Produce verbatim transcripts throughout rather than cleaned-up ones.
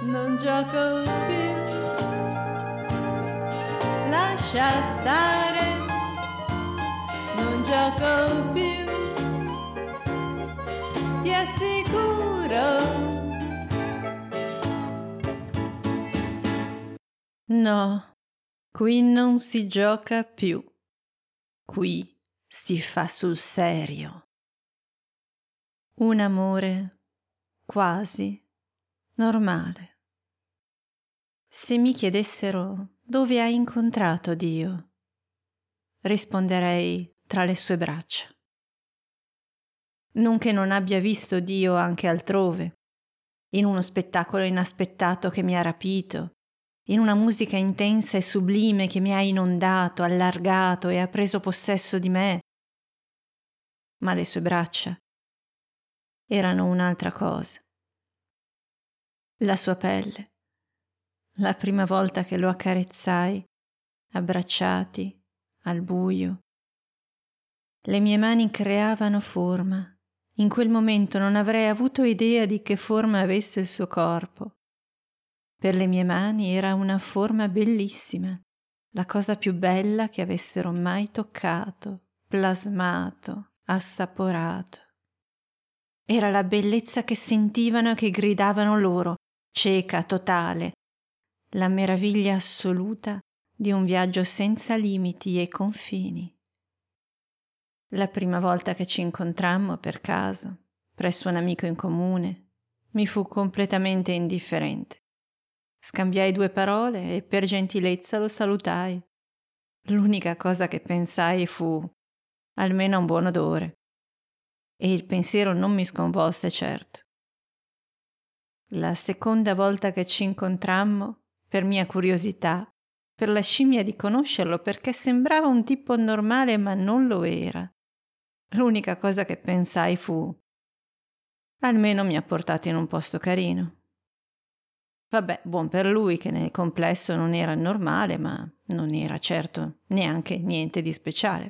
non gioco più, lascia stare, non gioco più, ti assicuro. No, qui non si gioca più, qui si fa sul serio. Un amore quasi normale. Se mi chiedessero dove hai incontrato Dio, risponderei tra le sue braccia. Non che non abbia visto Dio anche altrove, in uno spettacolo inaspettato che mi ha rapito, in una musica intensa e sublime che mi ha inondato, allargato e ha preso possesso di me. Ma le sue braccia erano un'altra cosa. La sua pelle, la prima volta che lo accarezzai, abbracciati, al buio. Le mie mani creavano forma. In quel momento non avrei avuto idea di che forma avesse il suo corpo. Per le mie mani era una forma bellissima, la cosa più bella che avessero mai toccato, plasmato, assaporato. Era la bellezza che sentivano e che gridavano loro, cieca, totale, la meraviglia assoluta di un viaggio senza limiti e confini. La prima volta che ci incontrammo per caso, presso un amico in comune, mi fu completamente indifferente. Scambiai due parole e per gentilezza lo salutai. L'unica cosa che pensai fu almeno un buon odore. E il pensiero non mi sconvolse certo. La seconda volta che ci incontrammo, per mia curiosità, per la scimmia di conoscerlo, perché sembrava un tipo normale ma non lo era, l'unica cosa che pensai fu almeno mi ha portato in un posto carino. Vabbè, buon per lui che nel complesso non era normale, ma non era certo neanche niente di speciale.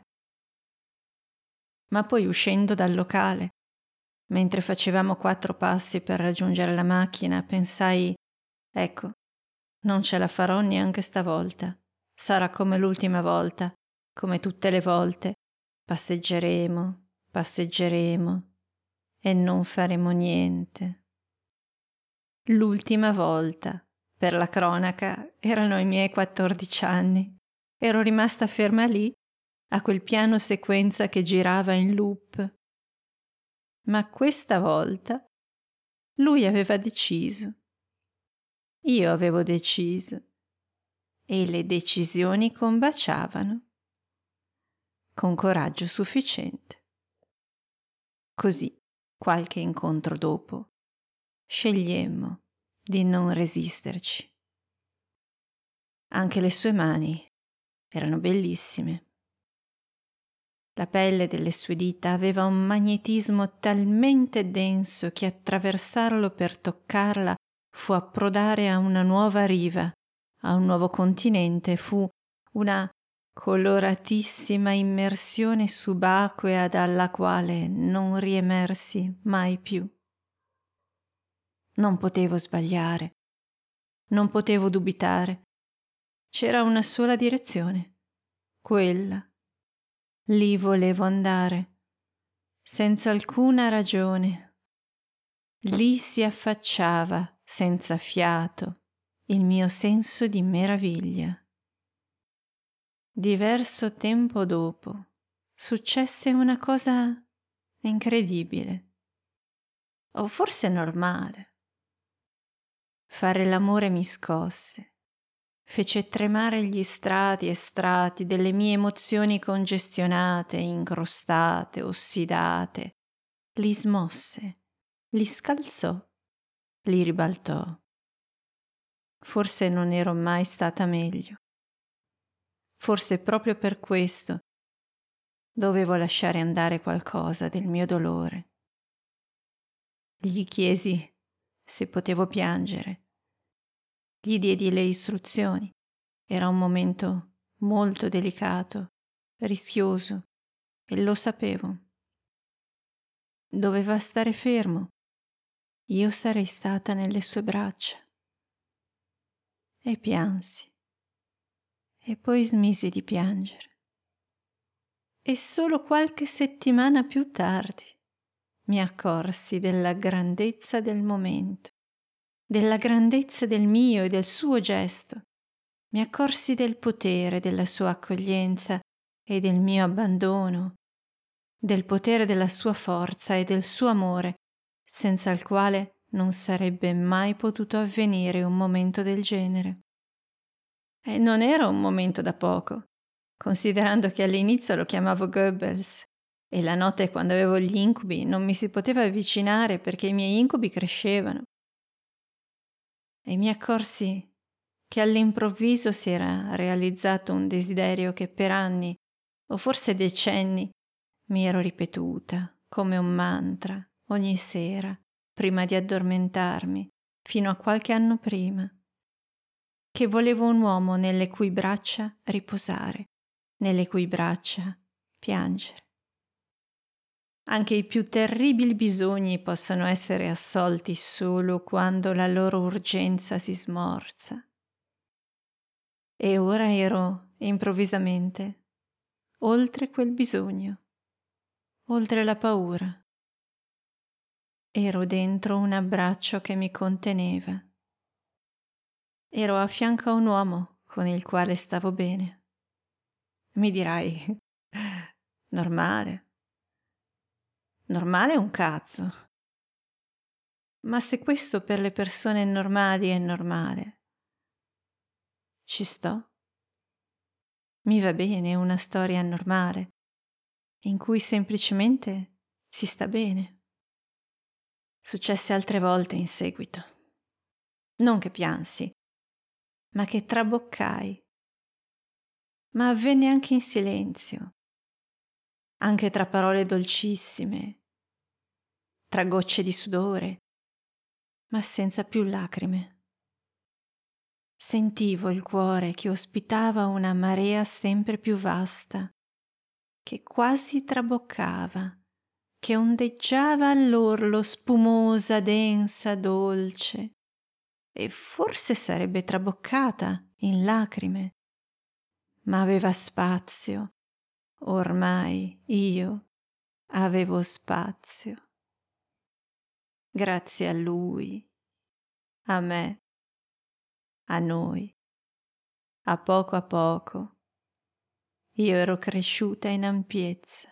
Ma poi uscendo dal locale, mentre facevamo quattro passi per raggiungere la macchina, pensai, ecco, non ce la farò neanche stavolta. Sarà come l'ultima volta, come tutte le volte. Passeggeremo, passeggeremo e non faremo niente. L'ultima volta, per la cronaca, erano i miei quattordici anni. Ero rimasta ferma lì, a quel piano sequenza che girava in loop. Ma questa volta lui aveva deciso. Io avevo deciso. E le decisioni combaciavano. Con coraggio sufficiente. Così, qualche incontro dopo, scegliemmo di non resisterci. Anche le sue mani erano bellissime. La pelle delle sue dita aveva un magnetismo talmente denso che attraversarlo per toccarla fu approdare a una nuova riva, a un nuovo continente, fu una coloratissima immersione subacquea dalla quale non riemersi mai più. Non potevo sbagliare, non potevo dubitare. C'era una sola direzione, quella. Lì volevo andare, senza alcuna ragione. Lì si affacciava, senza fiato, il mio senso di meraviglia. Diverso tempo dopo, successe una cosa incredibile, o forse normale. Fare l'amore mi scosse, fece tremare gli strati e strati delle mie emozioni congestionate, incrostate, ossidate. Li smosse, li scalzò, li ribaltò. Forse non ero mai stata meglio. Forse proprio per questo dovevo lasciare andare qualcosa del mio dolore. Gli chiesi se potevo piangere. Gli diedi le istruzioni. Era un momento molto delicato, rischioso, e lo sapevo. Doveva stare fermo. Io sarei stata nelle sue braccia. e piansi, e poi smisi di piangere. E solo qualche settimana più tardi mi accorsi della grandezza del momento, della grandezza del mio e del suo gesto. Mi accorsi del potere della sua accoglienza e del mio abbandono, del potere della sua forza e del suo amore, senza il quale non sarebbe mai potuto avvenire un momento del genere. E non era un momento da poco, considerando che all'inizio lo chiamavo Goebbels e la notte quando avevo gli incubi non mi si poteva avvicinare perché i miei incubi crescevano. E mi accorsi che all'improvviso si era realizzato un desiderio che per anni, o forse decenni, mi ero ripetuta come un mantra ogni sera prima di addormentarmi, fino a qualche anno prima, che volevo un uomo nelle cui braccia riposare, nelle cui braccia piangere. Anche i più terribili bisogni possono essere assolti solo quando la loro urgenza si smorza. E ora ero, improvvisamente, oltre quel bisogno, oltre la paura. Ero dentro un abbraccio che mi conteneva. Ero a fianco a un uomo con il quale stavo bene. Mi dirai, normale. Normale è un cazzo. Ma se questo per le persone normali è normale, ci sto. Mi va bene, è una storia normale, in cui semplicemente si sta bene. Successe altre volte in seguito. Non che piansi, ma che traboccai. Ma avvenne anche in silenzio, anche tra parole dolcissime, tra gocce di sudore, ma senza più lacrime. Sentivo il cuore che ospitava una marea sempre più vasta, che quasi traboccava, che ondeggiava all'orlo spumosa, densa, dolce, e forse sarebbe traboccata in lacrime, ma aveva spazio. Ormai io avevo spazio. Grazie a lui, a me, a noi, a poco a poco, io ero cresciuta in ampiezza,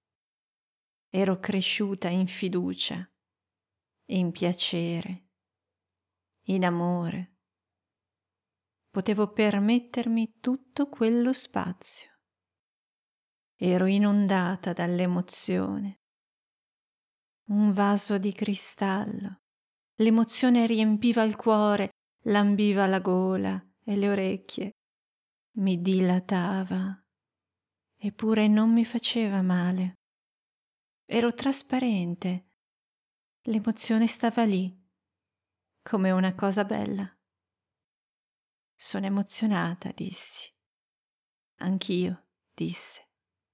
ero cresciuta in fiducia, in piacere, in amore. Potevo permettermi tutto quello spazio. Ero inondata dall'emozione. Un vaso di cristallo. L'emozione riempiva il cuore, lambiva la gola e le orecchie, mi dilatava, eppure non mi faceva male. Ero trasparente. L'emozione stava lì, come una cosa bella. Sono emozionata, dissi. Anch'io, disse.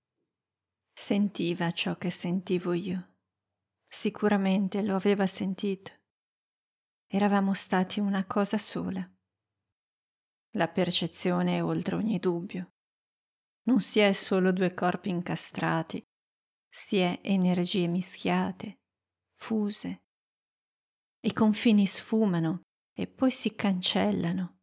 Sentiva ciò che sentivo io. Sicuramente lo aveva sentito. Eravamo stati una cosa sola. La percezione è oltre ogni dubbio. Non si è solo due corpi incastrati, si è energie mischiate, fuse. I confini sfumano e poi si cancellano.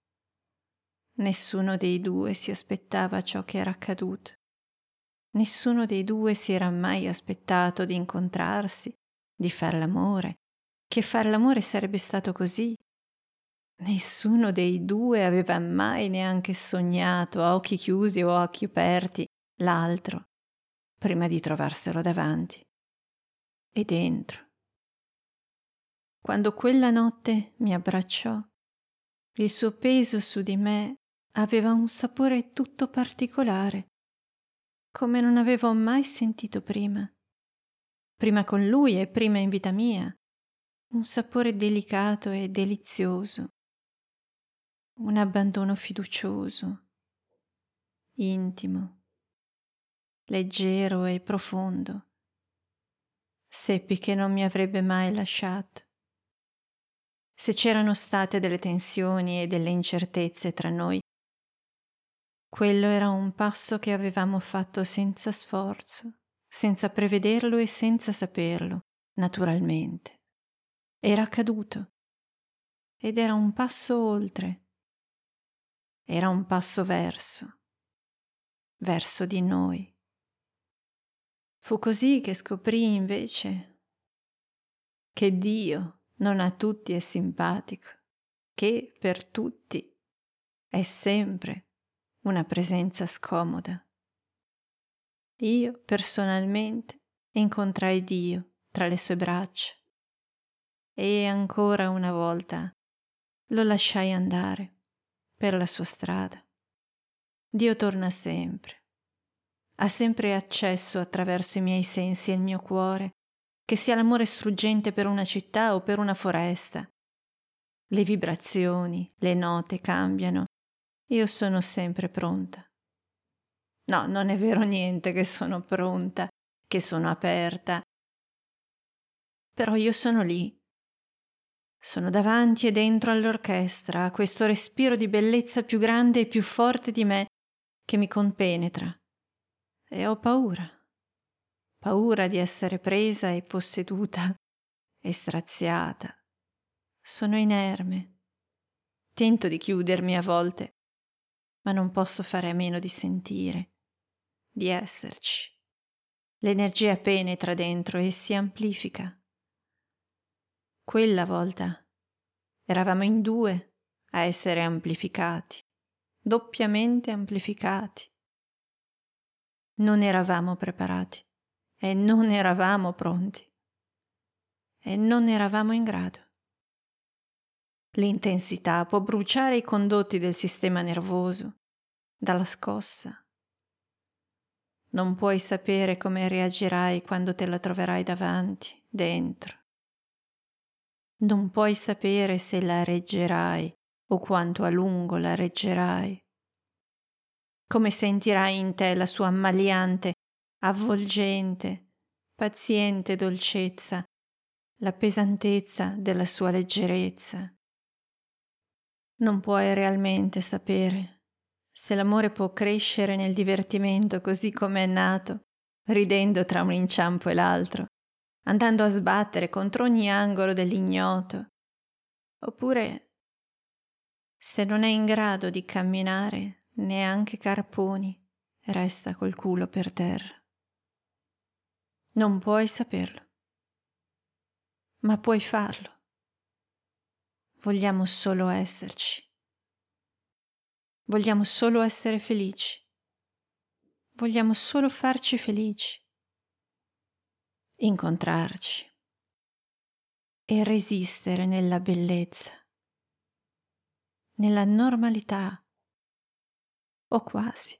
Nessuno dei due si aspettava ciò che era accaduto. Nessuno dei due si era mai aspettato di incontrarsi, di far l'amore, che far l'amore sarebbe stato così. Nessuno dei due aveva mai neanche sognato a occhi chiusi o a occhi aperti l'altro, prima di trovarselo davanti e dentro. Quando quella notte mi abbracciò, il suo peso su di me aveva un sapore tutto particolare, come non avevo mai sentito prima. Prima con lui e prima in vita mia, un sapore delicato e delizioso, un abbandono fiducioso, intimo, leggero e profondo. Seppi che non mi avrebbe mai lasciato. se c'erano state delle tensioni e delle incertezze tra noi, quello era un passo che avevamo fatto senza sforzo, senza prevederlo e senza saperlo, naturalmente. Era accaduto ed era un passo oltre, era un passo verso, verso di noi. Fu così che scoprì invece che Dio non a tutti è simpatico, che per tutti è sempre una presenza scomoda. Io personalmente incontrai Dio tra le sue braccia e ancora una volta lo lasciai andare per la sua strada. Dio torna sempre, ha sempre accesso attraverso i miei sensi e il mio cuore, che sia l'amore struggente per una città o per una foresta. Le vibrazioni, le note cambiano. Io sono sempre pronta. No, non è vero niente che sono pronta, che sono aperta. Però io sono lì. Sono davanti e dentro all'orchestra, a questo respiro di bellezza più grande e più forte di me che mi compenetra. E ho paura. Paura di essere presa e posseduta e straziata. Sono inerme. Tento di chiudermi a volte, ma non posso fare a meno di sentire, di esserci. L'energia penetra dentro e si amplifica. Quella volta eravamo in due a essere amplificati, doppiamente amplificati. Non eravamo preparati e non eravamo pronti e non eravamo in grado. L'intensità può bruciare i condotti del sistema nervoso dalla scossa. Non puoi sapere come reagirai quando te la troverai davanti, dentro. Non puoi sapere se la reggerai o quanto a lungo la reggerai. Come sentirai in te la sua ammaliante, avvolgente, paziente dolcezza, la pesantezza della sua leggerezza. Non puoi realmente sapere se l'amore può crescere nel divertimento così come è nato, ridendo tra un inciampo e l'altro, andando a sbattere contro ogni angolo dell'ignoto, oppure se non è in grado di camminare neanche carponi, resta col culo per terra. Non puoi saperlo, ma puoi farlo. Vogliamo solo esserci. Vogliamo solo essere felici. Vogliamo solo farci felici. Incontrarci e resistere nella bellezza, nella normalità, o quasi.